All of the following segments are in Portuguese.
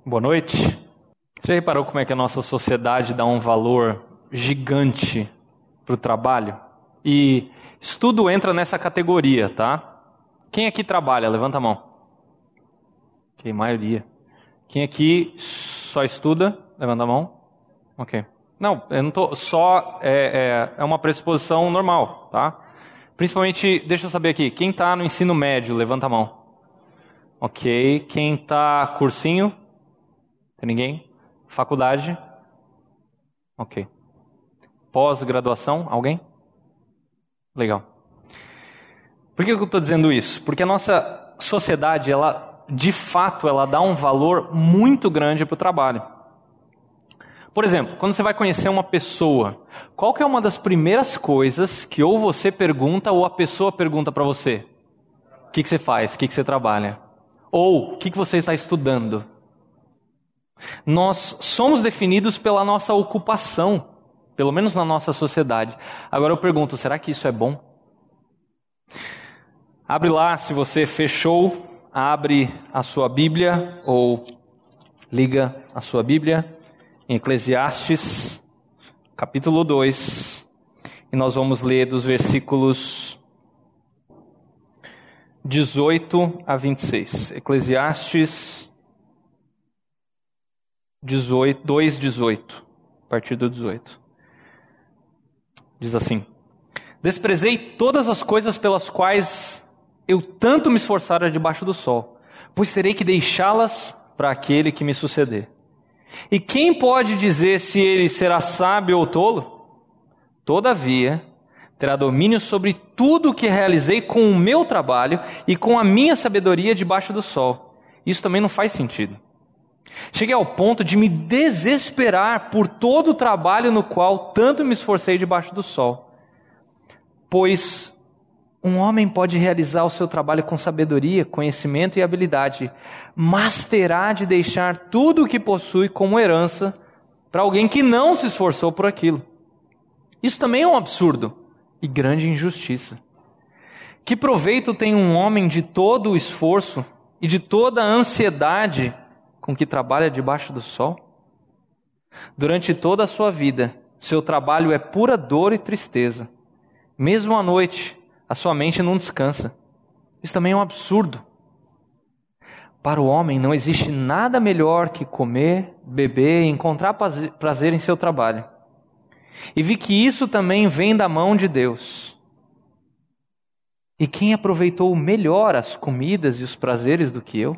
Boa noite. Você já reparou como é que a nossa sociedade dá um valor gigante para o trabalho? E estudo entra nessa categoria, tá? Quem aqui trabalha? Levanta a mão. Ok, maioria. Quem aqui só estuda? Levanta a mão. Ok. Não, eu não tô só... É uma pressuposição normal, tá? Principalmente, deixa eu saber aqui, quem está no ensino médio? Levanta a mão. Ok. Quem está cursinho? Tem ninguém? Faculdade? Ok. Pós-graduação? Alguém? Legal. Por que eu estou dizendo isso? Porque a nossa sociedade, de fato, ela dá um valor muito grande para o trabalho. Por exemplo, quando você vai conhecer uma pessoa, qual que é uma das primeiras coisas que ou você pergunta ou a pessoa pergunta para você? O que você faz? O que você trabalha? Ou o que você está estudando? Nós somos definidos pela nossa ocupação, pelo menos na nossa sociedade. Agora eu pergunto, será que isso é bom? Abre lá, se você fechou, abre a sua Bíblia ou liga a sua Bíblia em Eclesiastes, capítulo 2, e nós vamos ler dos versículos 18 a 26. Eclesiastes 2:18, a partir do 18. Diz assim: desprezei todas as coisas pelas quais eu tanto me esforçara debaixo do sol, pois terei que deixá-las para aquele que me suceder. E quem pode dizer se ele será sábio ou tolo? Todavia, terá domínio sobre tudo o que realizei com o meu trabalho e com a minha sabedoria debaixo do sol. Isso também não faz sentido. Cheguei ao ponto de me desesperar por todo o trabalho no qual tanto me esforcei debaixo do sol. Pois um homem pode realizar o seu trabalho com sabedoria, conhecimento e habilidade, mas terá de deixar tudo o que possui como herança para alguém que não se esforçou por aquilo. Isso também é um absurdo e grande injustiça. Que proveito tem um homem de todo o esforço e de toda a ansiedade com que trabalha debaixo do sol? Durante toda a sua vida, seu trabalho é pura dor e tristeza. Mesmo à noite, a sua mente não descansa. Isso também é um absurdo. Para o homem não existe nada melhor que comer, beber e encontrar prazer em seu trabalho. E vi que isso também vem da mão de Deus. E quem aproveitou melhor as comidas e os prazeres do que eu?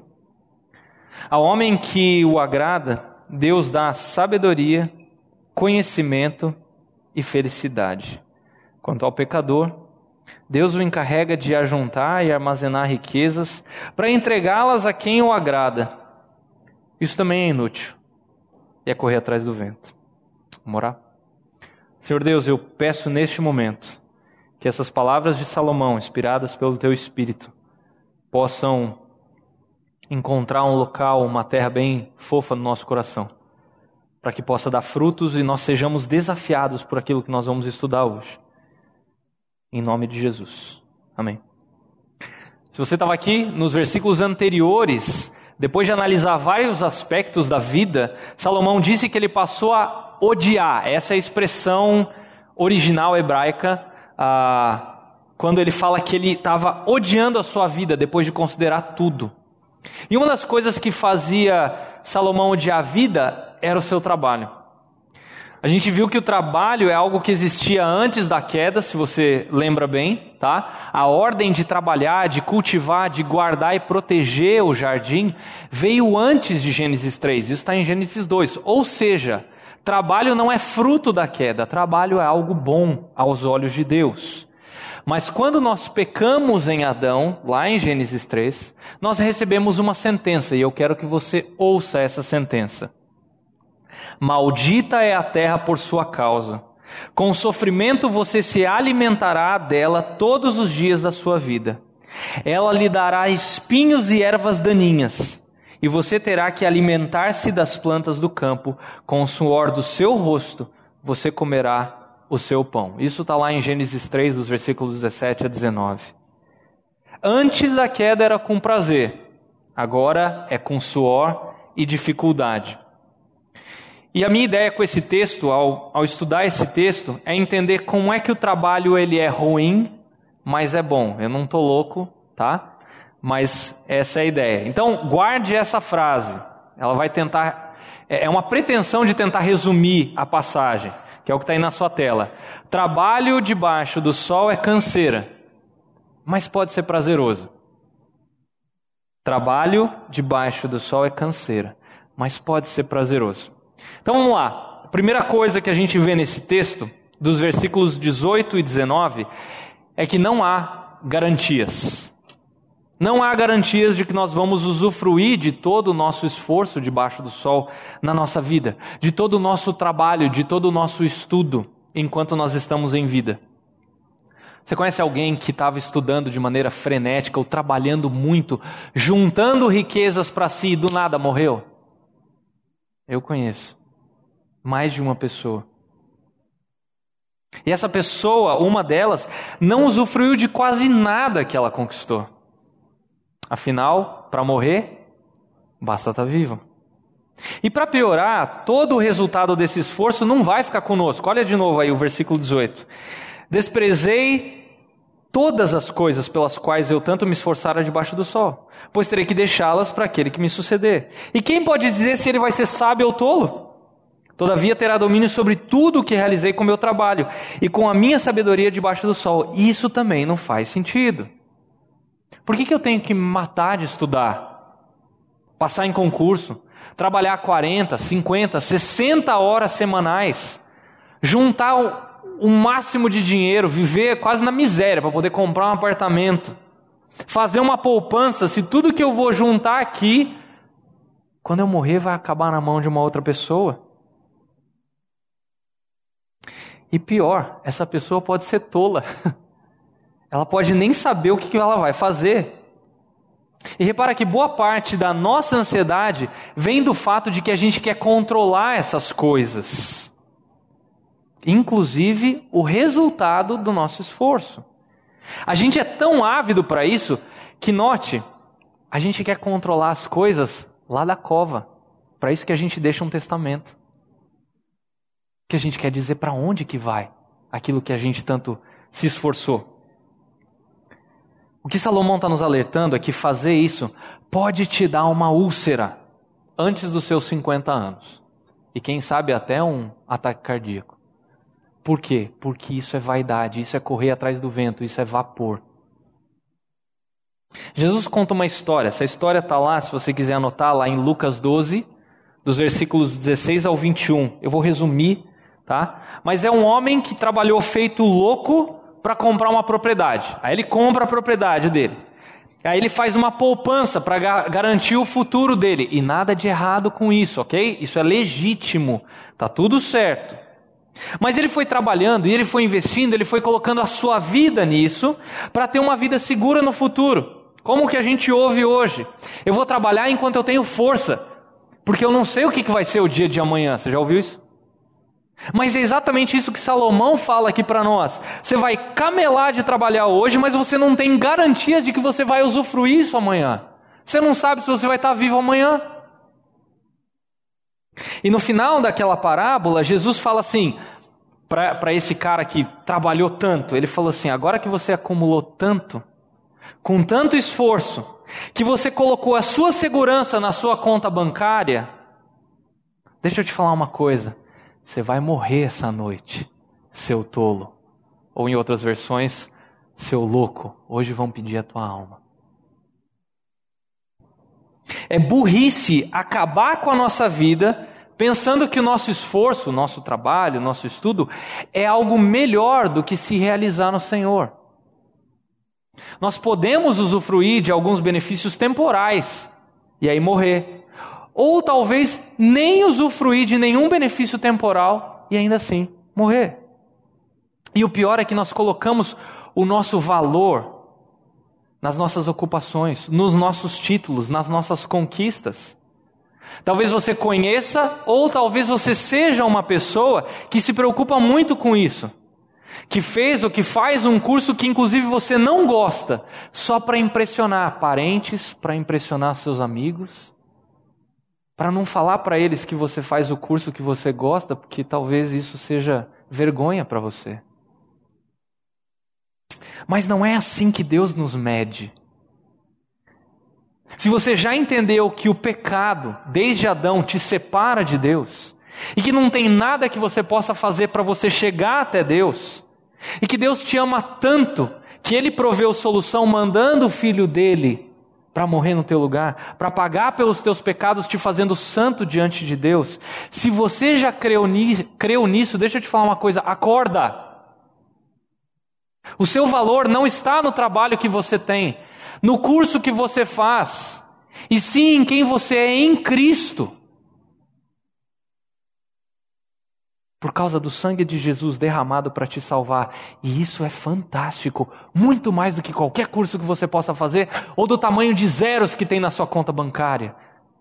Ao homem que o agrada, Deus dá sabedoria, conhecimento e felicidade. Quanto ao pecador, Deus o encarrega de ajuntar e armazenar riquezas para entregá-las a quem o agrada. Isso também é inútil e é correr atrás do vento. Vamos orar? Senhor Deus, eu peço neste momento que essas palavras de Salomão, inspiradas pelo Teu Espírito, possam encontrar um local, uma terra bem fofa no nosso coração, para que possa dar frutos e nós sejamos desafiados por aquilo que nós vamos estudar hoje. Em nome de Jesus. Amém. Se você estava aqui nos versículos anteriores, depois de analisar vários aspectos da vida, Salomão disse que ele passou a odiar. Essa é a expressão original hebraica, quando ele fala que ele estava odiando a sua vida depois de considerar tudo. E uma das coisas que fazia Salomão odiar a vida era o seu trabalho. A gente viu que o trabalho é algo que existia antes da queda, se você lembra bem, tá? A ordem de trabalhar, de cultivar, de guardar e proteger o jardim veio antes de Gênesis 3, isso está em Gênesis 2. Ou seja, trabalho não é fruto da queda, trabalho é algo bom aos olhos de Deus. Mas quando nós pecamos em Adão, lá em Gênesis 3, nós recebemos uma sentença, e eu quero que você ouça essa sentença. Maldita é a terra por sua causa. Com sofrimento você se alimentará dela todos os dias da sua vida. Ela lhe dará espinhos e ervas daninhas, e você terá que alimentar-se das plantas do campo. Com o suor do seu rosto você comerá o seu pão. Isso está lá em Gênesis 3, dos versículos 17 a 19. Antes da queda era com prazer, agora é com suor e dificuldade. E a minha ideia com esse texto, ao estudar esse texto, é entender como é que o trabalho ele é ruim, mas é bom. Eu não estou louco, tá? Mas essa é a ideia. Então, guarde essa frase. Ela vai tentar... É uma pretensão de tentar resumir a passagem, que é o que está aí na sua tela. Trabalho debaixo do sol é canseira, mas pode ser prazeroso. Trabalho debaixo do sol é canseira, mas pode ser prazeroso. Então vamos lá. A primeira coisa que a gente vê nesse texto, dos versículos 18 e 19, é que não há garantias. Não há garantias de que nós vamos usufruir de todo o nosso esforço debaixo do sol na nossa vida, de todo o nosso trabalho, de todo o nosso estudo, enquanto nós estamos em vida. Você conhece alguém que estava estudando de maneira frenética ou trabalhando muito, juntando riquezas para si e do nada morreu? Eu conheço mais de uma pessoa. E essa pessoa, uma delas, não usufruiu de quase nada que ela conquistou. Afinal, para morrer, basta estar vivo. E para piorar, todo o resultado desse esforço não vai ficar conosco. Olha de novo aí o versículo 18. Desprezei todas as coisas pelas quais eu tanto me esforçara debaixo do sol, pois terei que deixá-las para aquele que me suceder. E quem pode dizer se ele vai ser sábio ou tolo? Todavia terá domínio sobre tudo o que realizei com o meu trabalho e com a minha sabedoria debaixo do sol. Isso também não faz sentido. Por que eu tenho que me matar de estudar? Passar em concurso? Trabalhar 40, 50, 60 horas semanais? Juntar o máximo de dinheiro, viver quase na miséria para poder comprar um apartamento? Fazer uma poupança, se tudo que eu vou juntar aqui, quando eu morrer vai acabar na mão de uma outra pessoa? E pior, essa pessoa pode ser tola. Ela pode nem saber o que ela vai fazer. E repara que boa parte da nossa ansiedade vem do fato de que a gente quer controlar essas coisas. Inclusive o resultado do nosso esforço. A gente é tão ávido para isso que, note, a gente quer controlar as coisas lá da cova. Para isso que a gente deixa um testamento. Que a gente quer dizer para onde que vai aquilo que a gente tanto se esforçou. O que Salomão está nos alertando é que fazer isso pode te dar uma úlcera antes dos seus 50 anos. E quem sabe até um ataque cardíaco. Por quê? Porque isso é vaidade, isso é correr atrás do vento, isso é vapor. Jesus conta uma história, essa história está lá, se você quiser anotar, lá em Lucas 12, dos versículos 16 ao 21. Eu vou resumir, tá? Mas é um homem que trabalhou feito louco para comprar uma propriedade. Aí ele compra a propriedade dele. Aí ele faz uma poupança para garantir o futuro dele. E nada de errado com isso, ok? Isso é legítimo. Tá tudo certo. Mas ele foi trabalhando e ele foi investindo, ele foi colocando a sua vida nisso para ter uma vida segura no futuro. Como que a gente ouve hoje? Eu vou trabalhar enquanto eu tenho força, porque eu não sei o que vai ser o dia de amanhã. Você já ouviu isso? Mas é exatamente isso que Salomão fala aqui para nós. Você vai camelar de trabalhar hoje, mas você não tem garantias de que você vai usufruir isso amanhã. Você não sabe se você vai estar vivo amanhã. E no final daquela parábola, Jesus fala assim, para esse cara que trabalhou tanto, ele falou assim, agora que você acumulou tanto, com tanto esforço, que você colocou a sua segurança na sua conta bancária, deixa eu te falar uma coisa. Você vai morrer essa noite, seu tolo. Ou em outras versões, seu louco. Hoje vão pedir a tua alma. É burrice acabar com a nossa vida pensando que o nosso esforço, o nosso trabalho, o nosso estudo é algo melhor do que se realizar no Senhor. Nós podemos usufruir de alguns benefícios temporais e aí morrer. Ou talvez nem usufruir de nenhum benefício temporal e ainda assim morrer. E o pior é que nós colocamos o nosso valor nas nossas ocupações, nos nossos títulos, nas nossas conquistas. Talvez você conheça ou talvez você seja uma pessoa que se preocupa muito com isso. Que fez ou que faz um curso que inclusive você não gosta, só para impressionar parentes, para impressionar seus amigos. para não falar para eles que você faz o curso que você gosta, porque talvez isso seja vergonha para você. Mas não é assim que Deus nos mede. Se você já entendeu que o pecado, desde Adão, te separa de Deus, e que não tem nada que você possa fazer para você chegar até Deus, e que Deus te ama tanto, que Ele proveu solução mandando o Filho dEle para morrer no teu lugar, para pagar pelos teus pecados, te fazendo santo diante de Deus. Se você já creu nisso, deixa eu te falar uma coisa, acorda! O seu valor não está no trabalho que você tem, no curso que você faz, e sim em quem você é em Cristo. Por causa do sangue de Jesus derramado para te salvar. E isso é fantástico, muito mais do que qualquer curso que você possa fazer, ou do tamanho de zeros que tem na sua conta bancária.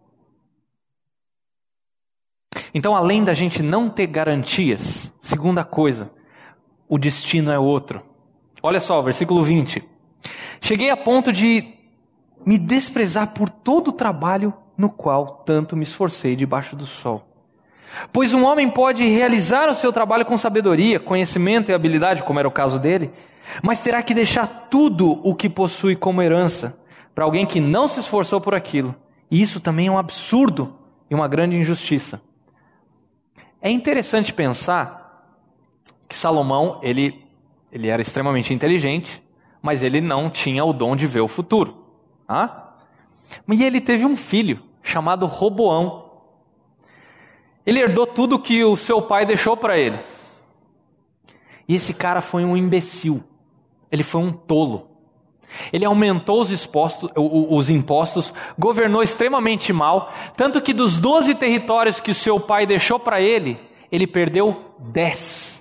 Então, além da gente não ter garantias, segunda coisa, o destino é outro. Olha só, versículo 20. Cheguei a ponto de me desprezar por todo o trabalho no qual tanto me esforcei debaixo do sol. Pois um homem pode realizar o seu trabalho com sabedoria, conhecimento e habilidade, como era o caso dele, mas terá que deixar tudo o que possui como herança para alguém que não se esforçou por aquilo. E isso também é um absurdo e uma grande injustiça. É interessante pensar que Salomão, ele era extremamente inteligente, mas ele não tinha o dom de ver o futuro. E ele teve um filho chamado Roboão. Ele herdou tudo que o seu pai deixou para ele. E esse cara foi um imbecil. Ele foi um tolo. Ele aumentou os impostos, governou extremamente mal, tanto que dos 12 territórios que o seu pai deixou para ele, ele perdeu 10.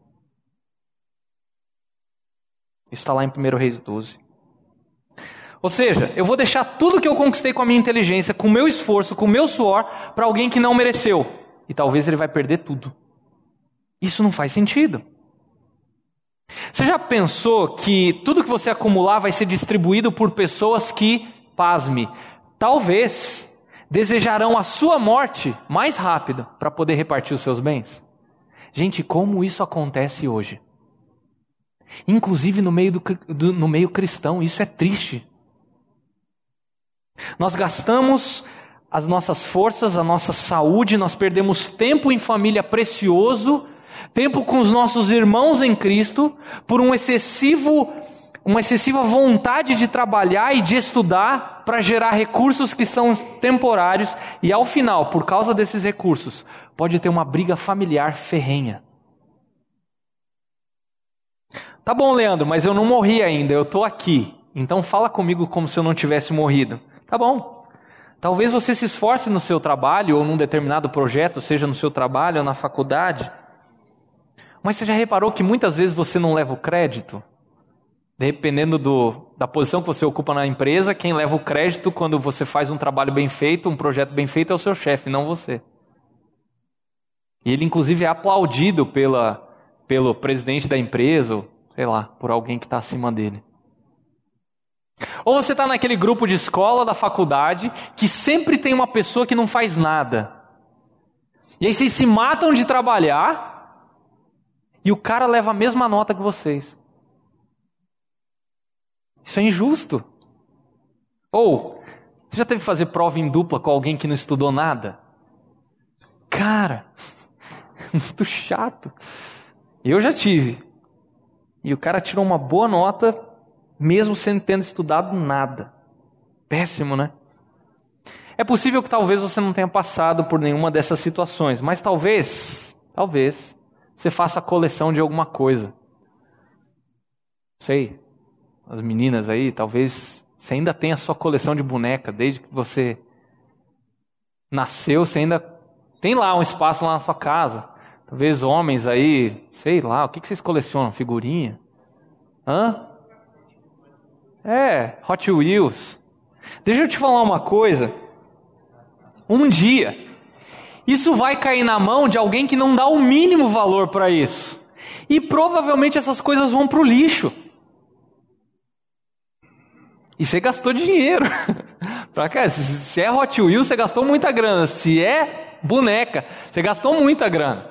Isso está lá em 1 Reis 12. Ou seja, eu vou deixar tudo que eu conquistei com a minha inteligência, com o meu esforço, com o meu suor, para alguém que não mereceu. E talvez ele vai perder tudo. Isso não faz sentido. Você já pensou que tudo que você acumular vai ser distribuído por pessoas que, pasme, talvez desejarão a sua morte mais rápido para poder repartir os seus bens? Gente, como isso acontece hoje? Inclusive no meio cristão, isso é triste. Nós gastamos as nossas forças, a nossa saúde, nós perdemos tempo em família precioso, tempo com os nossos irmãos em Cristo, por uma excessiva vontade de trabalhar e de estudar para gerar recursos que são temporários, e ao final, por causa desses recursos, pode ter uma briga familiar ferrenha. Tá bom, Leandro, mas eu não morri ainda, eu estou aqui. Então fala comigo como se eu não tivesse morrido. Tá bom. Talvez você se esforce no seu trabalho ou num determinado projeto, seja no seu trabalho ou na faculdade. Mas você já reparou que muitas vezes você não leva o crédito? Dependendo da posição que você ocupa na empresa, quem leva o crédito quando você faz um trabalho bem feito, um projeto bem feito, é o seu chefe, não você. E ele inclusive é aplaudido pelo presidente da empresa, ou sei lá, por alguém que está acima dele. Ou você está naquele grupo de escola, da faculdade, que sempre tem uma pessoa que não faz nada. E aí vocês se matam de trabalhar, e o cara leva a mesma nota que vocês. Isso é injusto. Ou, você já teve que fazer prova em dupla com alguém que não estudou nada? Cara, muito chato. Eu já tive. E o cara tirou uma boa nota, mesmo sem tendo estudado nada. Péssimo, né? É possível que talvez você não tenha passado por nenhuma dessas situações, mas talvez, você faça coleção de alguma coisa. Sei, as meninas aí, talvez você ainda tenha a sua coleção de boneca, desde que você nasceu, você ainda tem lá um espaço lá na sua casa. Talvez homens aí, sei lá, o que vocês colecionam? Figurinha? Hot Wheels. Deixa eu te falar uma coisa. Um dia, isso vai cair na mão de alguém que não dá o mínimo valor para isso. E provavelmente essas coisas vão para o lixo. E você gastou dinheiro. Pra cá, se é Hot Wheels, você gastou muita grana. Se é boneca, você gastou muita grana.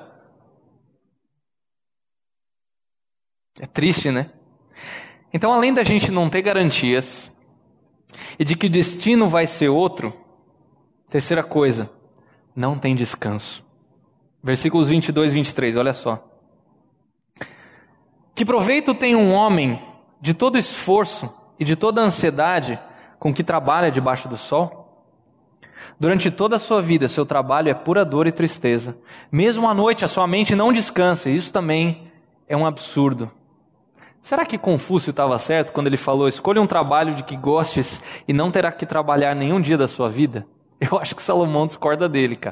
É triste, né? Então, além da gente não ter garantias e de que o destino vai ser outro, terceira coisa, não tem descanso. Versículos 22 e 23, olha só. Que proveito tem um homem de todo esforço e de toda ansiedade com que trabalha debaixo do sol? Durante toda a sua vida, seu trabalho é pura dor e tristeza. Mesmo à noite, a sua mente não descansa. Isso também é um absurdo. Será que Confúcio estava certo quando ele falou: escolha um trabalho de que gostes e não terá que trabalhar nenhum dia da sua vida? Eu acho que Salomão discorda dele, cara.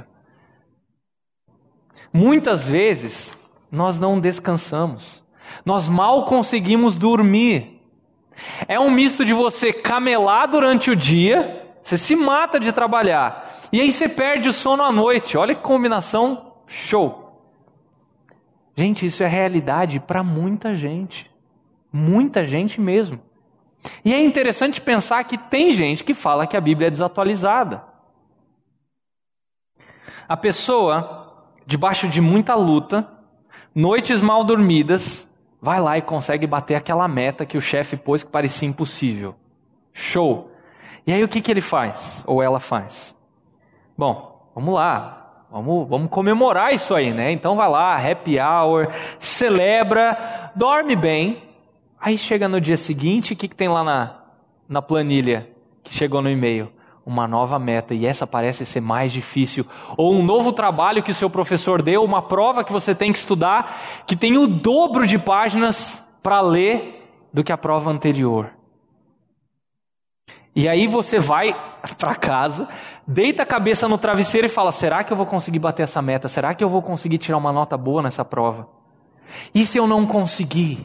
Muitas vezes, nós não descansamos. Nós mal conseguimos dormir. É um misto de você camelar durante o dia, você se mata de trabalhar, e aí você perde o sono à noite. Olha que combinação show. Gente, isso é realidade para muita gente. Muita gente mesmo. E é interessante pensar que tem gente que fala que a Bíblia é desatualizada. A pessoa, debaixo de muita luta, noites mal dormidas, vai lá e consegue bater aquela meta que o chefe pôs que parecia impossível. Show! E aí o que ele faz? Ou ela faz? Bom, vamos lá. Vamos comemorar isso aí, né? Então vai lá, happy hour, celebra, dorme bem. Aí chega no dia seguinte, o que tem lá na planilha que chegou no e-mail? Uma nova meta, e essa parece ser mais difícil. Ou um novo trabalho que o seu professor deu, uma prova que você tem que estudar, que tem o dobro de páginas para ler do que a prova anterior. E aí você vai para casa, deita a cabeça no travesseiro e fala: será que eu vou conseguir bater essa meta? Será que eu vou conseguir tirar uma nota boa nessa prova? E se eu não conseguir?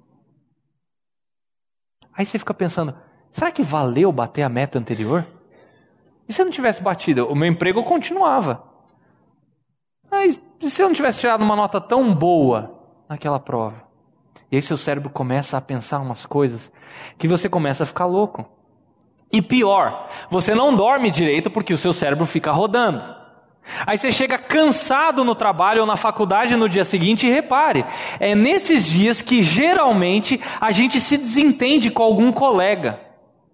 Aí você fica pensando: será que valeu bater a meta anterior? E se eu não tivesse batido, o meu emprego continuava. Mas e se eu não tivesse tirado uma nota tão boa naquela prova? E aí seu cérebro começa a pensar umas coisas que você começa a ficar louco. E pior, você não dorme direito porque o seu cérebro fica rodando. Aí você chega cansado no trabalho ou na faculdade no dia seguinte, e repare, é nesses dias que geralmente a gente se desentende com algum colega.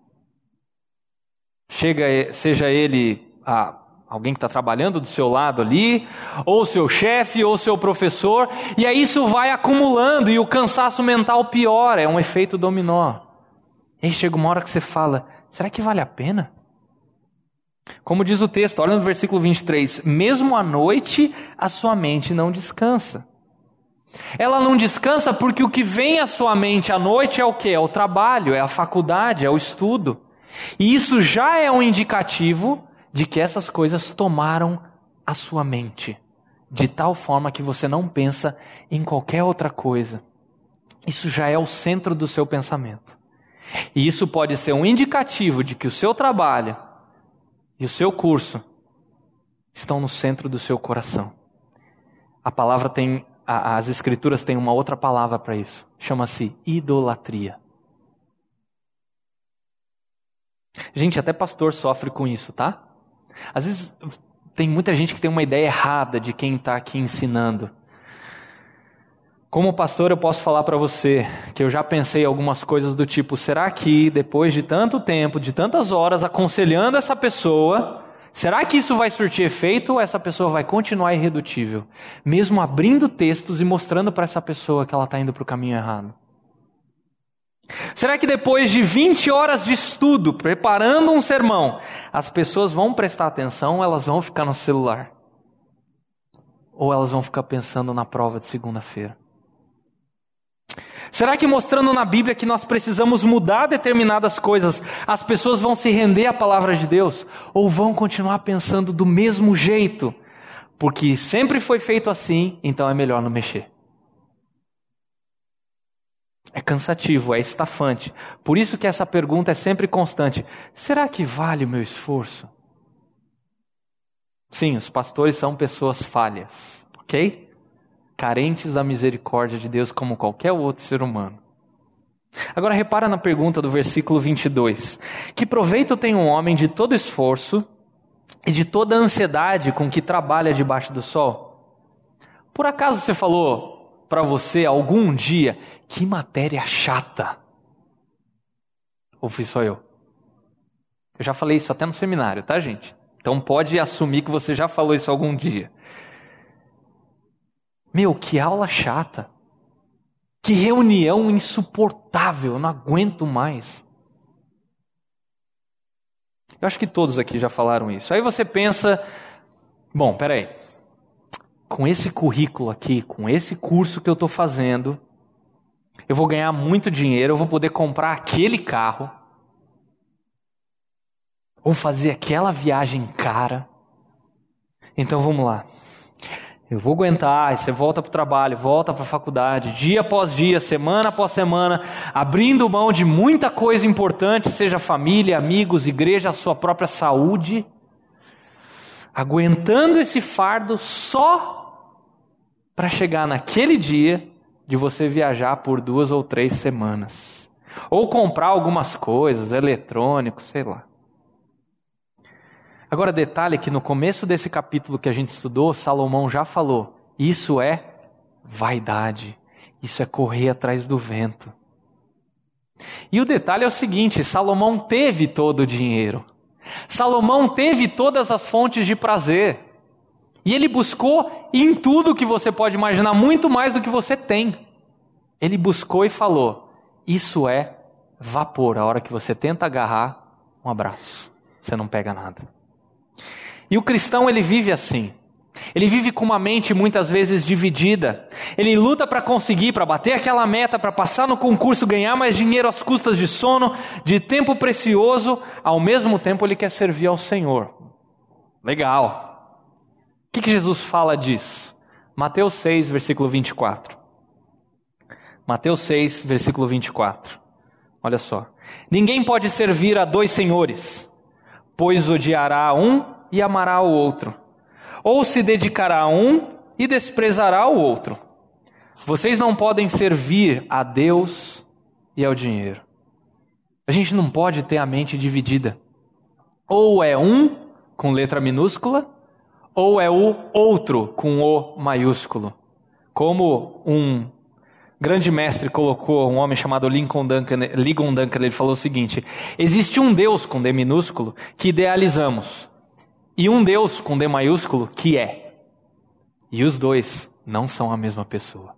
Seja ele alguém que está trabalhando do seu lado ali, ou seu chefe, ou seu professor, e aí isso vai acumulando e o cansaço mental piora, é um efeito dominó. E aí chega uma hora que você fala: será que vale a pena? Como diz o texto, olha no versículo 23, mesmo à noite a sua mente não descansa. Ela não descansa porque o que vem à sua mente à noite é o quê? É o trabalho, é a faculdade, é o estudo. E isso já é um indicativo de que essas coisas tomaram a sua mente, de tal forma que você não pensa em qualquer outra coisa. Isso já é o centro do seu pensamento. E isso pode ser um indicativo de que o seu trabalho e o seu curso estão no centro do seu coração. As escrituras têm uma outra palavra para isso. Chama-se idolatria. Gente, até pastor sofre com isso, tá? Às vezes tem muita gente que tem uma ideia errada de quem está aqui ensinando. Como pastor, eu posso falar para você que eu já pensei algumas coisas do tipo: será que depois de tanto tempo, de tantas horas aconselhando essa pessoa, será que isso vai surtir efeito ou essa pessoa vai continuar irredutível? Mesmo abrindo textos e mostrando para essa pessoa que ela está indo para o caminho errado. Será que depois de 20 horas de estudo, preparando um sermão, as pessoas vão prestar atenção ou elas vão ficar no celular? Ou elas vão ficar pensando na prova de segunda-feira? Será que mostrando na Bíblia que nós precisamos mudar determinadas coisas, as pessoas vão se render à palavra de Deus? Ou vão continuar pensando do mesmo jeito? Porque sempre foi feito assim, então é melhor não mexer. É cansativo, é estafante. Por isso que essa pergunta é sempre constante: será que vale o meu esforço? Sim, os pastores são pessoas falhas, ok? Carentes da misericórdia de Deus como qualquer outro ser humano. Agora repara na pergunta do versículo 22. Que proveito tem um homem de todo esforço e de toda ansiedade com que trabalha debaixo do sol? Por acaso você falou para você algum dia, que matéria chata? Ou fui só eu? Eu já falei isso até no seminário, tá, gente? Então pode assumir que você já falou isso algum dia. Meu, que aula chata. Que reunião insuportável, eu não aguento mais. Eu acho que todos aqui já falaram isso. Aí você pensa, bom, peraí. Com esse currículo aqui, com esse curso que eu estou fazendo, eu vou ganhar muito dinheiro, eu vou poder comprar aquele carro, ou fazer aquela viagem cara. Então vamos lá. Eu vou aguentar, aí você volta para o trabalho, volta para a faculdade, dia após dia, semana após semana, abrindo mão de muita coisa importante, seja família, amigos, igreja, a sua própria saúde, aguentando esse fardo só para chegar naquele dia de você viajar por 2 ou 3 semanas. Ou comprar algumas coisas, eletrônicos, sei lá. Agora, detalhe que no começo desse capítulo que a gente estudou, Salomão já falou, isso é vaidade, isso é correr atrás do vento. E o detalhe é o seguinte, Salomão teve todo o dinheiro, Salomão teve todas as fontes de prazer, e ele buscou em tudo que você pode imaginar, muito mais do que você tem. Ele buscou e falou, isso é vapor, a hora que você tenta agarrar, um abraço, você não pega nada. E o cristão, ele vive assim. Ele vive com uma mente muitas vezes dividida. Ele luta para conseguir, para bater aquela meta, para passar no concurso, ganhar mais dinheiro às custas de sono, de tempo precioso. Ao mesmo tempo, ele quer servir ao Senhor. Legal. O que Jesus fala disso? Mateus 6, versículo 24. Mateus 6, versículo 24. Olha só. Ninguém pode servir a 2 senhores, pois odiará um e amará o outro, ou se dedicará a um e desprezará o outro. Vocês não podem servir a Deus e ao dinheiro. A gente não pode ter a mente dividida. Ou é um com letra minúscula, ou é o outro com o maiúsculo. Como um grande mestre colocou, um homem chamado Ligon Duncan, ele falou o seguinte: existe um Deus com D minúsculo que idealizamos, e um Deus com D maiúsculo que é. E os dois não são a mesma pessoa.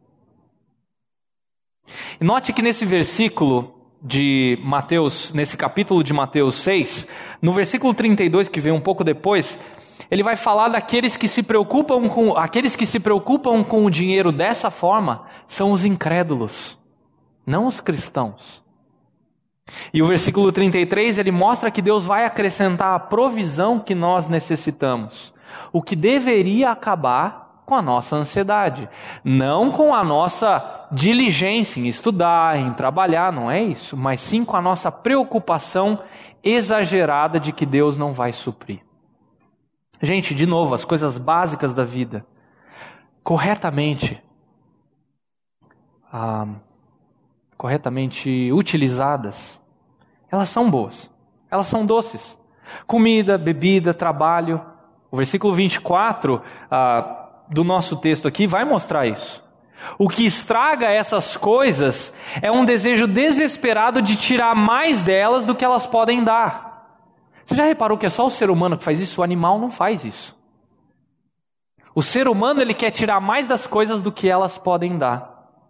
E note que nesse versículo de Mateus, nesse capítulo de Mateus 6, no versículo 32, que vem um pouco depois, ele vai falar daqueles que se preocupam com o dinheiro dessa forma, são os incrédulos, não os cristãos. E o versículo 33, ele mostra que Deus vai acrescentar a provisão que nós necessitamos, o que deveria acabar com a nossa ansiedade, não com a nossa diligência em estudar, em trabalhar, não é isso, mas sim com a nossa preocupação exagerada de que Deus não vai suprir. Gente, de novo, as coisas básicas da vida, corretamente utilizadas, elas são boas, elas são doces. Comida, bebida, trabalho. O versículo 24 do nosso texto aqui vai mostrar isso. O que estraga essas coisas é um desejo desesperado de tirar mais delas do que elas podem dar. Você já reparou que é só o ser humano que faz isso? O animal não faz isso. O ser humano, ele quer tirar mais das coisas do que elas podem dar.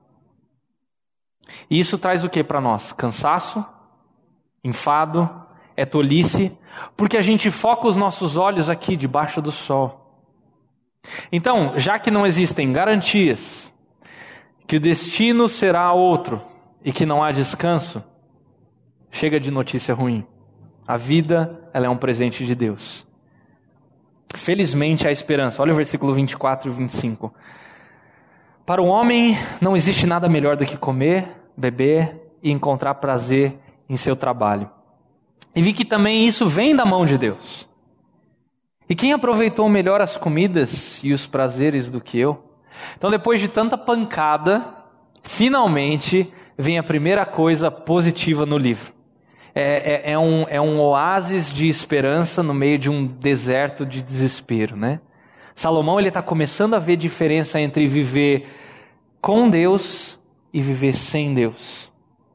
E isso traz o que para nós? Cansaço, enfado, é tolice, porque a gente foca os nossos olhos aqui debaixo do sol. Então, já que não existem garantias, que o destino será outro e que não há descanso, chega de notícia ruim. A vida, ela é um presente de Deus. Felizmente há esperança. Olha o versículo 24 e 25. Para o homem não existe nada melhor do que comer, beber e encontrar prazer em seu trabalho. E vi que também isso vem da mão de Deus. E quem aproveitou melhor as comidas e os prazeres do que eu? Então, depois de tanta pancada, finalmente vem a primeira coisa positiva no livro. É um oásis de esperança no meio de um deserto de desespero, né? Salomão está começando a ver diferença entre viver com Deus e viver sem Deus.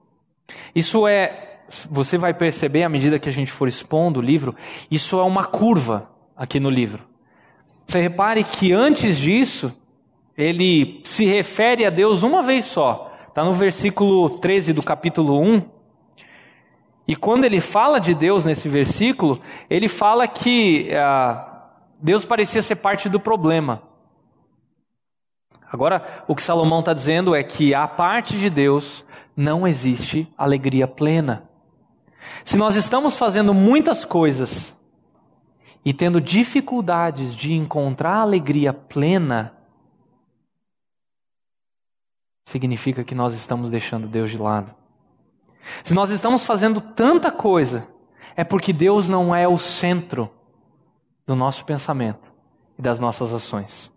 Você vai perceber à medida que a gente for expondo o livro, isso é uma curva aqui no livro. Você repare que antes disso, ele se refere a Deus uma vez só. Está no versículo 13 do capítulo 1. E quando ele fala de Deus nesse versículo, ele fala que Deus parecia ser parte do problema. Agora, o que Salomão está dizendo é que a parte de Deus não existe alegria plena. Se nós estamos fazendo muitas coisas e tendo dificuldades de encontrar alegria plena, significa que nós estamos deixando Deus de lado. Se nós estamos fazendo tanta coisa, é porque Deus não é o centro do nosso pensamento e das nossas ações.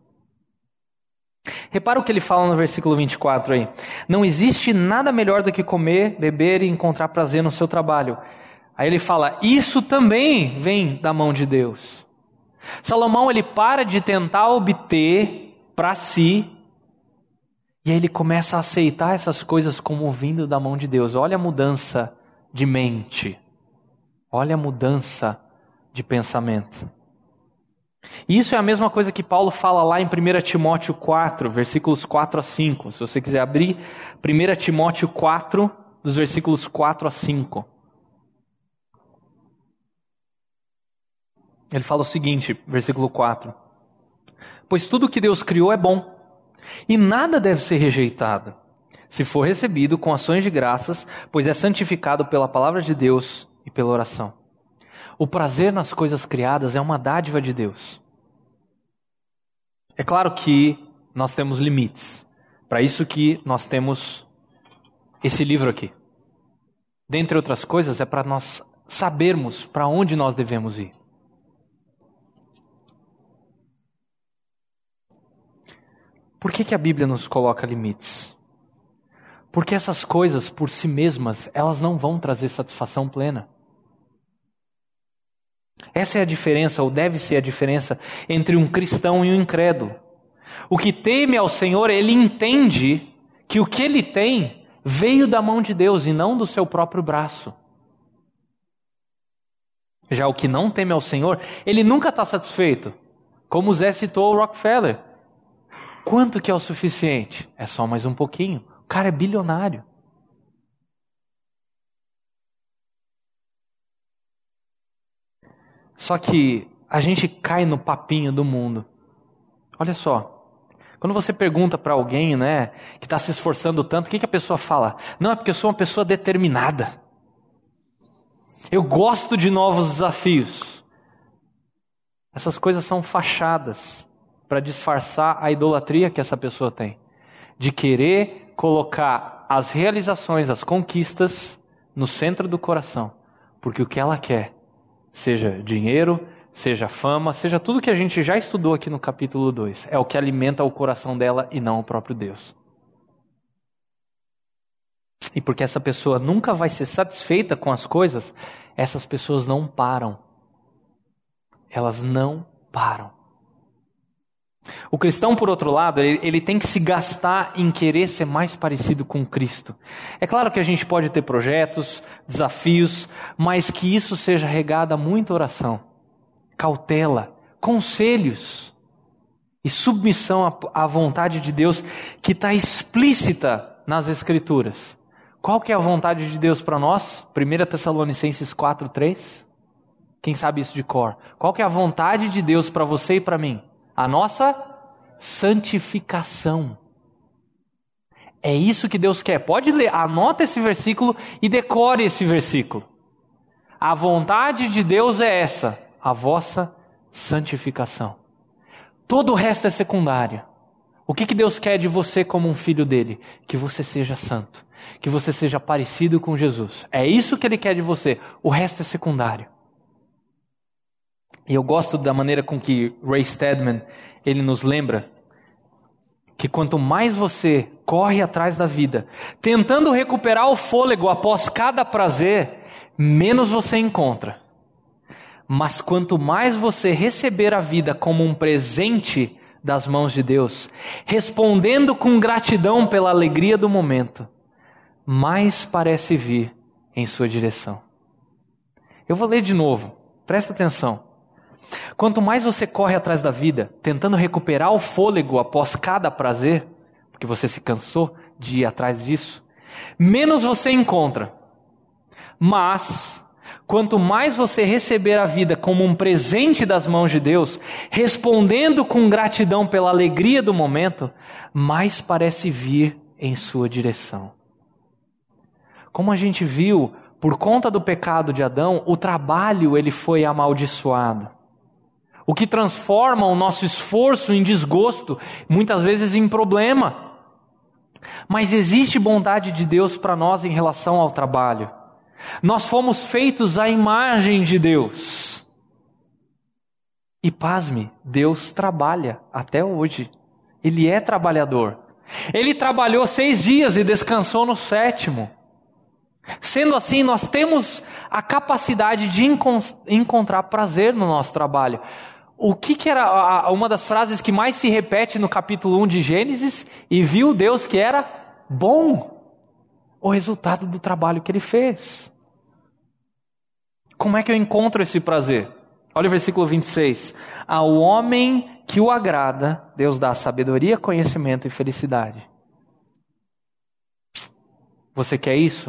Repara o que ele fala no versículo 24 aí. Não existe nada melhor do que comer, beber e encontrar prazer no seu trabalho. Aí ele fala, isso também vem da mão de Deus. Salomão, ele para de tentar obter para si, e aí ele começa a aceitar essas coisas como vindo da mão de Deus. Olha a mudança de mente. Olha a mudança de pensamento. E isso é a mesma coisa que Paulo fala lá em 1 Timóteo 4, versículos 4 a 5. Se você quiser abrir 1 Timóteo 4, dos versículos 4 a 5. Ele fala o seguinte, versículo 4. Pois tudo que Deus criou é bom. E nada deve ser rejeitado, se for recebido com ações de graças, pois é santificado pela palavra de Deus e pela oração. O prazer nas coisas criadas é uma dádiva de Deus. É claro que nós temos limites. Para isso que nós temos esse livro aqui. Dentre outras coisas, é para nós sabermos para onde nós devemos ir. Por que a Bíblia nos coloca limites? Porque essas coisas, por si mesmas, elas não vão trazer satisfação plena. Essa é a diferença, ou deve ser a diferença, entre um cristão e um incrédulo. O que teme ao Senhor, ele entende que o que ele tem veio da mão de Deus e não do seu próprio braço. Já o que não teme ao Senhor, ele nunca está satisfeito. Como o Zé citou o Rockefeller. Quanto que é o suficiente? É só mais um pouquinho. O cara é bilionário. Só que a gente cai no papinho do mundo. Olha só. Quando você pergunta para alguém, né, que está se esforçando tanto, o que a pessoa fala? Não, é porque eu sou uma pessoa determinada. Eu gosto de novos desafios. Essas coisas são fachadas para disfarçar a idolatria que essa pessoa tem. De querer colocar as realizações, as conquistas no centro do coração. Porque o que ela quer, seja dinheiro, seja fama, seja tudo que a gente já estudou aqui no capítulo 2, é o que alimenta o coração dela e não o próprio Deus. E porque essa pessoa nunca vai ser satisfeita com as coisas, essas pessoas não param. Elas não param. O cristão, por outro lado, ele tem que se gastar em querer ser mais parecido com Cristo. É claro que a gente pode ter projetos, desafios, mas que isso seja regado a muita oração, cautela, conselhos e submissão à vontade de Deus que está explícita nas Escrituras. Qual que é a vontade de Deus para nós? 1 Tessalonicenses 4:3. Quem sabe isso de cor? Qual que é a vontade de Deus para você e para mim? A nossa santificação. É isso que Deus quer. Pode ler, anota esse versículo e decore esse versículo. A vontade de Deus é essa, a vossa santificação. Todo o resto é secundário. O que Deus quer de você como um filho dele? Que você seja santo, que você seja parecido com Jesus. É isso que ele quer de você. O resto é secundário. E eu gosto da maneira com que Ray Stedman, ele nos lembra que quanto mais você corre atrás da vida, tentando recuperar o fôlego após cada prazer, menos você encontra. Mas quanto mais você receber a vida como um presente das mãos de Deus, respondendo com gratidão pela alegria do momento, mais parece vir em sua direção. Eu vou ler de novo, presta atenção. Quanto mais você corre atrás da vida, tentando recuperar o fôlego após cada prazer, porque você se cansou de ir atrás disso, menos você encontra. Mas quanto mais você receber a vida como um presente das mãos de Deus, respondendo com gratidão pela alegria do momento, mais parece vir em sua direção. Como a gente viu, por conta do pecado de Adão, o trabalho ele foi amaldiçoado. O que transforma o nosso esforço em desgosto, muitas vezes em problema. Mas existe bondade de Deus para nós em relação ao trabalho. Nós fomos feitos à imagem de Deus. E pasme, Deus trabalha até hoje. Ele é trabalhador. Ele trabalhou 6 dias e descansou no 7º. Sendo assim, nós temos a capacidade de encontrar prazer no nosso trabalho. O que era uma das frases que mais se repete no capítulo 1 de Gênesis? E viu Deus que era bom o resultado do trabalho que ele fez. Como é que eu encontro esse prazer? Olha o versículo 26. Ao homem que o agrada, Deus dá sabedoria, conhecimento e felicidade. Você quer isso?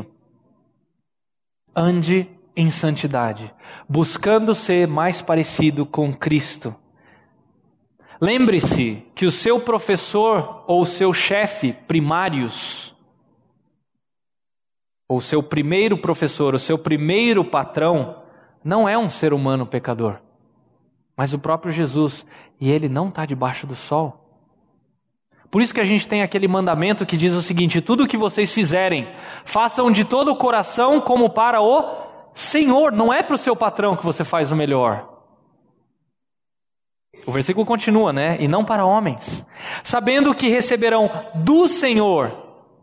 Ande em santidade, buscando ser mais parecido com Cristo. Lembre-se que o seu professor ou o seu chefe primários, ou o seu primeiro professor, o seu primeiro patrão, não é um ser humano pecador, mas o próprio Jesus, e ele não está debaixo do sol. Por isso que a gente tem aquele mandamento que diz o seguinte: tudo o que vocês fizerem, façam de todo o coração como para o Senhor, não é para o seu patrão que você faz o melhor. O versículo continua, né? E não para homens, sabendo que receberão do Senhor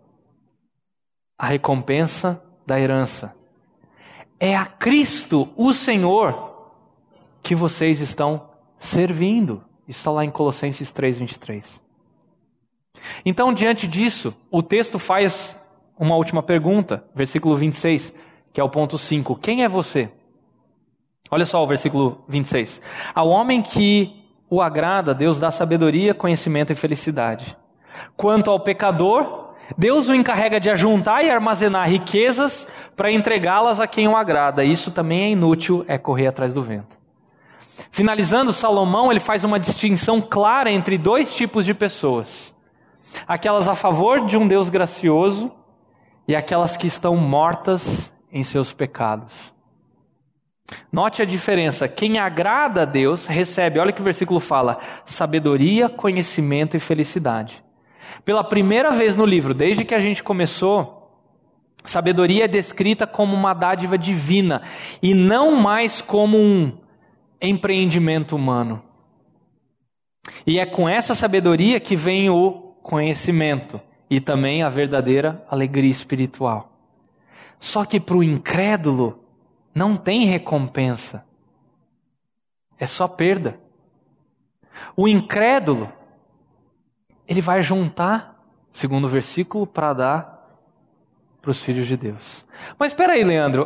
a recompensa da herança. É a Cristo, o Senhor, que vocês estão servindo. Isso está lá em Colossenses 3:23. Então, diante disso, o texto faz uma última pergunta, versículo 26, que é o ponto 5. Quem é você? Olha só o versículo 26. Ao homem que o agrada, Deus dá sabedoria, conhecimento e felicidade. Quanto ao pecador, Deus o encarrega de ajuntar e armazenar riquezas para entregá-las a quem o agrada. Isso também é inútil, é correr atrás do vento. Finalizando, Salomão ele faz uma distinção clara entre 2 tipos de pessoas. Aquelas a favor de um Deus gracioso e aquelas que estão mortas em seus pecados. Note a diferença. Quem agrada a Deus recebe, olha que o versículo fala, sabedoria, conhecimento e felicidade. Pela primeira vez no livro, desde que a gente começou, sabedoria é descrita como uma dádiva divina e não mais como um empreendimento humano. E é com essa sabedoria que vem o conhecimento e também a verdadeira alegria espiritual. Só que para o incrédulo não tem recompensa. É só perda. O incrédulo, ele vai juntar, segundo o versículo, para dar para os filhos de Deus. Mas espera aí, Leandro.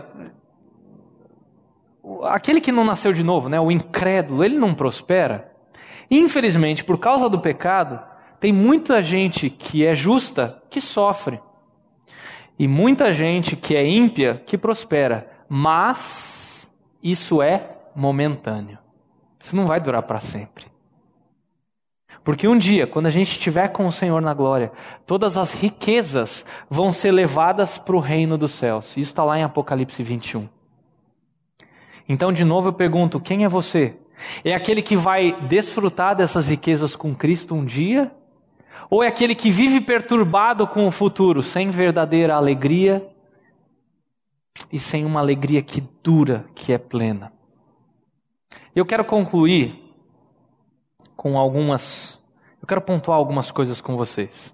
Aquele que não nasceu de novo, né, o incrédulo, ele não prospera? Infelizmente, por causa do pecado, tem muita gente que é justa que sofre. E muita gente que é ímpia que prospera. Mas isso é momentâneo. Isso não vai durar para sempre. Porque um dia, quando a gente estiver com o Senhor na glória, todas as riquezas vão ser levadas para o reino dos céus. Isso está lá em Apocalipse 21. Então, de novo eu pergunto, quem é você? É aquele que vai desfrutar dessas riquezas com Cristo um dia? Ou é aquele que vive perturbado com o futuro, sem verdadeira alegria e sem uma alegria que dura, que é plena? Eu quero concluir com Eu quero pontuar algumas coisas com vocês.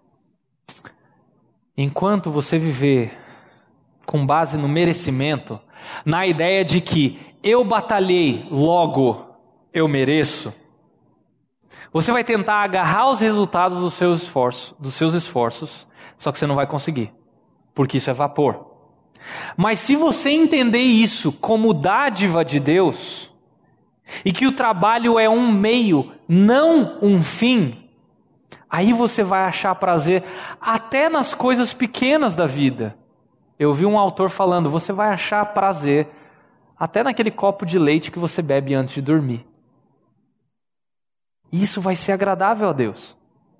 Enquanto você viver com base no merecimento, na ideia de que eu batalhei, logo eu mereço, você vai tentar agarrar os resultados dos seus esforços, só que você não vai conseguir, porque isso é vapor. Mas se você entender isso como dádiva de Deus, e que o trabalho é um meio, não um fim, aí você vai achar prazer até nas coisas pequenas da vida. Eu vi um autor falando, você vai achar prazer até naquele copo de leite que você bebe antes de dormir. Isso vai ser agradável a Deus.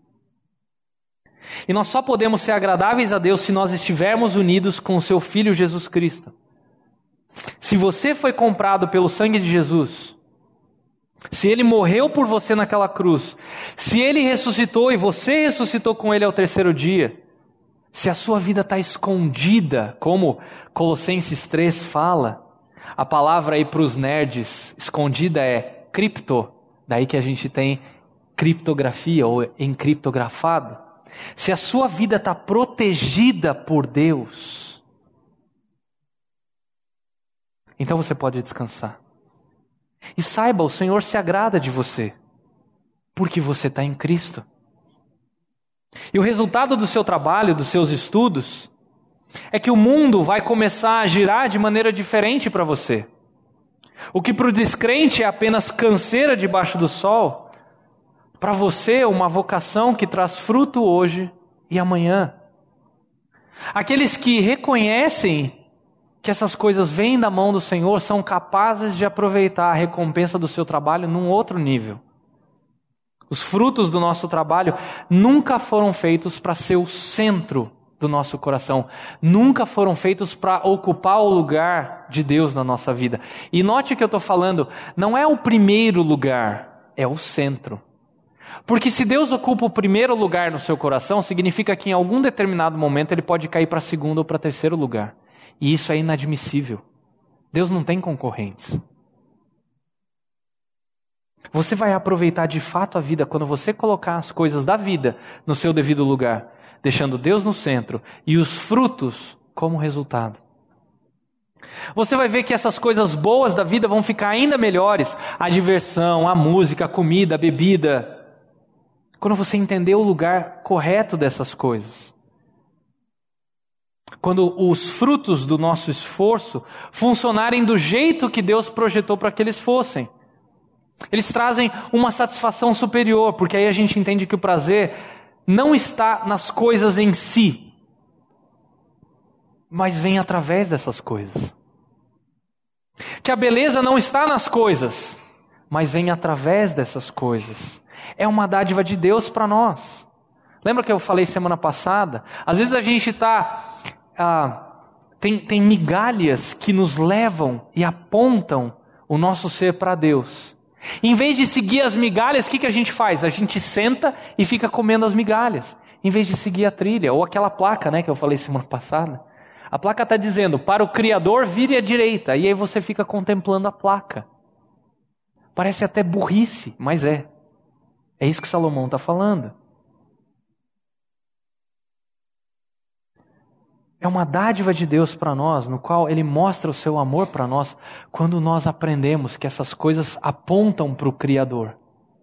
E nós só podemos ser agradáveis a Deus se nós estivermos unidos com o seu Filho Jesus Cristo. Se você foi comprado pelo sangue de Jesus, se Ele morreu por você naquela cruz, se Ele ressuscitou e você ressuscitou com Ele ao terceiro dia, se a sua vida está escondida, como Colossenses 3 fala, a palavra aí para os nerds escondida é cripto, daí que a gente tem criptografia ou encriptografado. Se a sua vida está protegida por Deus, então você pode descansar. E saiba, o Senhor se agrada de você, porque você está em Cristo. E o resultado do seu trabalho, dos seus estudos, é que o mundo vai começar a girar de maneira diferente para você. O que para o descrente é apenas canseira debaixo do sol, para você é uma vocação que traz fruto hoje e amanhã. Aqueles que reconhecem que essas coisas vêm da mão do Senhor são capazes de aproveitar a recompensa do seu trabalho num outro nível. Os frutos do nosso trabalho nunca foram feitos para ser o centro do nosso coração. Nunca foram feitos para ocupar o lugar de Deus na nossa vida. E note que eu estou falando, não é o primeiro lugar, é o centro. Porque se Deus ocupa o primeiro lugar no seu coração, significa que em algum determinado momento Ele pode cair para segundo ou para terceiro lugar. E isso é inadmissível. Deus não tem concorrentes. Você vai aproveitar de fato a vida quando você colocar as coisas da vida no seu devido lugar, deixando Deus no centro e os frutos como resultado. Você vai ver que essas coisas boas da vida vão ficar ainda melhores. A diversão, a música, a comida, a bebida. Quando você entender o lugar correto dessas coisas. Quando os frutos do nosso esforço funcionarem do jeito que Deus projetou para que eles fossem. Eles trazem uma satisfação superior, porque aí a gente entende que o prazer não está nas coisas em si, mas vem através dessas coisas. Que a beleza não está nas coisas, mas vem através dessas coisas. É uma dádiva de Deus para nós. Lembra que eu falei semana passada? Às vezes a gente tem migalhas que nos levam e apontam o nosso ser para Deus. Em vez de seguir as migalhas, o que a gente faz? A gente senta e fica comendo as migalhas, em vez de seguir a trilha, ou aquela placa, que eu falei semana passada. A placa está dizendo, para o Criador vire à direita, e aí você fica contemplando a placa. Parece até burrice, mas é. É isso que Salomão está falando. É uma dádiva de Deus para nós, no qual Ele mostra o seu amor para nós, quando nós aprendemos que essas coisas apontam para o Criador.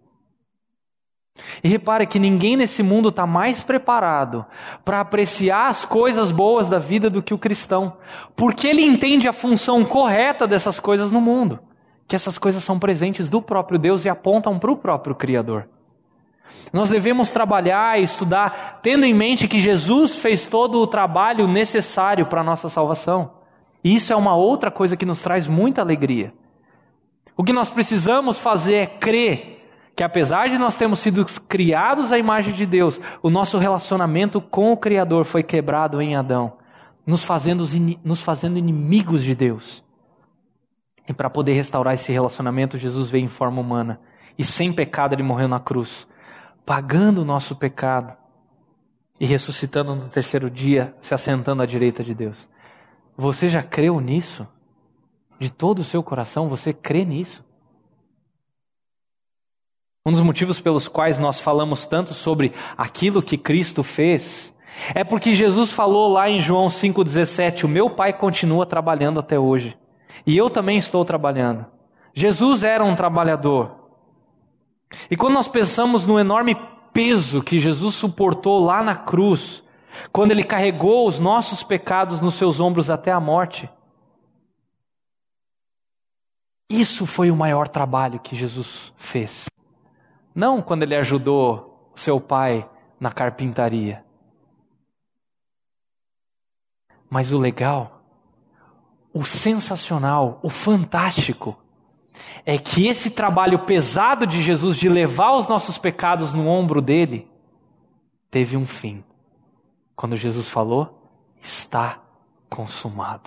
E repare que ninguém nesse mundo está mais preparado para apreciar as coisas boas da vida do que o cristão, porque ele entende a função correta dessas coisas no mundo, que essas coisas são presentes do próprio Deus e apontam para o próprio Criador. Nós devemos trabalhar e estudar tendo em mente que Jesus fez todo o trabalho necessário para a nossa salvação. E isso é uma outra coisa que nos traz muita alegria. O que nós precisamos fazer é crer que apesar de nós termos sido criados à imagem de Deus, o nosso relacionamento com o Criador foi quebrado em Adão, nos fazendo inimigos de Deus. E para poder restaurar esse relacionamento, Jesus veio em forma humana. E sem pecado Ele morreu na cruz, pagando o nosso pecado e ressuscitando no terceiro dia, se assentando à direita de Deus. Você já creu nisso? De todo o seu coração, você crê nisso? Um dos motivos pelos quais nós falamos tanto sobre aquilo que Cristo fez é porque Jesus falou lá em João 5,17, o meu Pai continua trabalhando até hoje. E eu também estou trabalhando. Jesus era um trabalhador. E quando nós pensamos no enorme peso que Jesus suportou lá na cruz, quando Ele carregou os nossos pecados nos seus ombros até a morte, isso foi o maior trabalho que Jesus fez. Não quando Ele ajudou o seu pai na carpintaria. Mas o legal, o sensacional, o fantástico, é que esse trabalho pesado de Jesus de levar os nossos pecados no ombro dele, teve um fim. Quando Jesus falou, está consumado.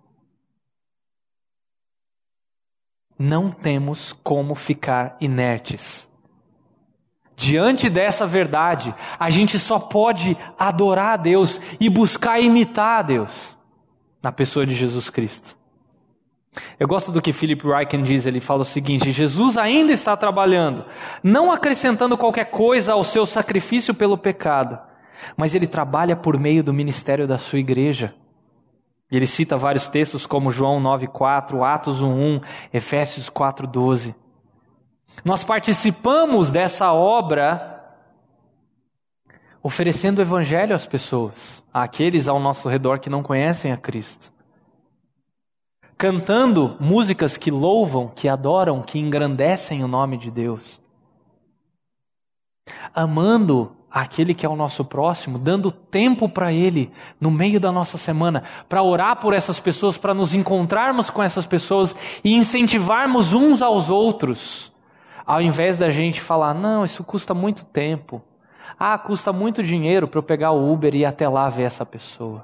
Não temos como ficar inertes. Diante dessa verdade, a gente só pode adorar a Deus e buscar imitar a Deus na pessoa de Jesus Cristo. Eu gosto do que Philip Ryken diz, ele fala o seguinte: Jesus ainda está trabalhando, não acrescentando qualquer coisa ao seu sacrifício pelo pecado, mas Ele trabalha por meio do ministério da sua igreja. E ele cita vários textos como João 9,4, Atos 1,1, Efésios 4,12. Nós participamos dessa obra oferecendo o evangelho às pessoas, àqueles ao nosso redor que não conhecem a Cristo. Cantando músicas que louvam, que adoram, que engrandecem o nome de Deus. Amando aquele que é o nosso próximo, dando tempo para Ele no meio da nossa semana, para orar por essas pessoas, para nos encontrarmos com essas pessoas e incentivarmos uns aos outros, ao invés da gente falar, não, isso custa muito tempo, custa muito dinheiro para eu pegar o Uber e ir até lá ver essa pessoa.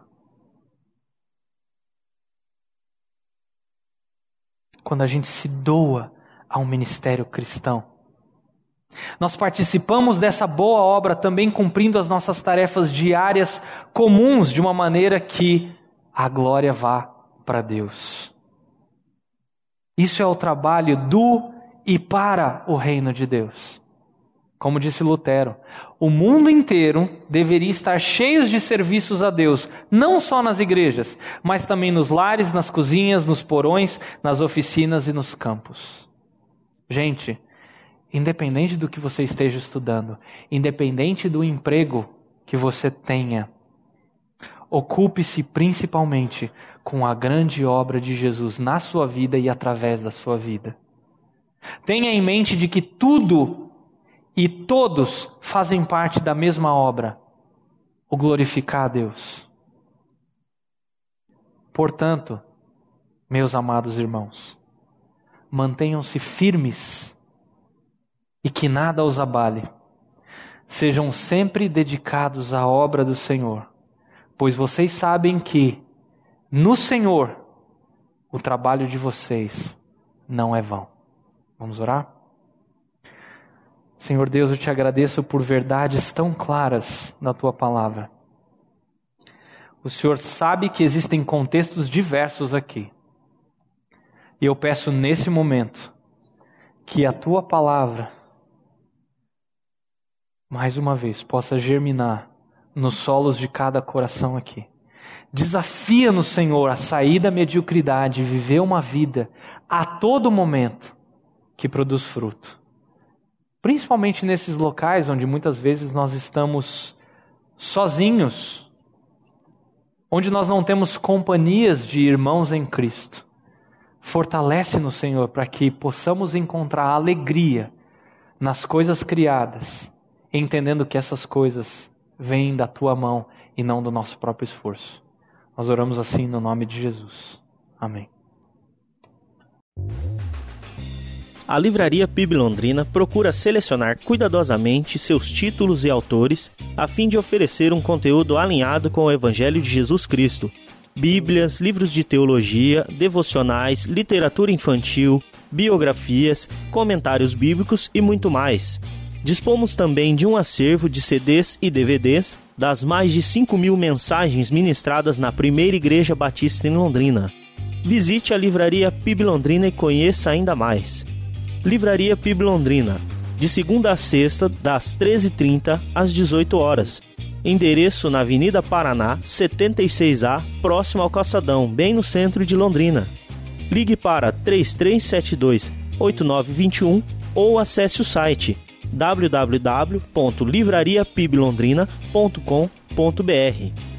Quando a gente se doa ao ministério cristão, nós participamos dessa boa obra também cumprindo as nossas tarefas diárias comuns de uma maneira que a glória vá para Deus. Isso é o trabalho do e para o reino de Deus. Como disse Lutero, o mundo inteiro deveria estar cheio de serviços a Deus, não só nas igrejas, mas também nos lares, nas cozinhas, nos porões, nas oficinas e nos campos. Gente, independente do que você esteja estudando, independente do emprego que você tenha, ocupe-se principalmente com a grande obra de Jesus na sua vida e através da sua vida. Tenha em mente de que tudo e todos fazem parte da mesma obra, o glorificar a Deus. Portanto, meus amados irmãos, mantenham-se firmes e que nada os abale. Sejam sempre dedicados à obra do Senhor, pois vocês sabem que, no Senhor, o trabalho de vocês não é vão. Vamos orar? Senhor Deus, eu te agradeço por verdades tão claras na tua palavra. O Senhor sabe que existem contextos diversos aqui. E eu peço nesse momento que a tua palavra, mais uma vez, possa germinar nos solos de cada coração aqui. Desafia-nos, Senhor, a sair da mediocridade e viver uma vida a todo momento que produz fruto. Principalmente nesses locais onde muitas vezes nós estamos sozinhos, onde nós não temos companhias de irmãos em Cristo. Fortalece-nos, Senhor, para que possamos encontrar alegria nas coisas criadas, entendendo que essas coisas vêm da tua mão e não do nosso próprio esforço. Nós oramos assim no nome de Jesus. Amém. A Livraria PIB Londrina procura selecionar cuidadosamente seus títulos e autores a fim de oferecer um conteúdo alinhado com o Evangelho de Jesus Cristo. Bíblias, livros de teologia, devocionais, literatura infantil, biografias, comentários bíblicos e muito mais. Dispomos também de um acervo de CDs e DVDs das mais de 5.000 mensagens ministradas na Primeira Igreja Batista em Londrina. Visite a Livraria PIB Londrina e conheça ainda mais. Livraria PIB Londrina, de segunda a sexta, das 13h30 às 18 horas. Endereço na Avenida Paraná, 76A, próximo ao Calçadão, bem no centro de Londrina. Ligue para 3372-8921 ou acesse o site www.livrariapiblondrina.com.br.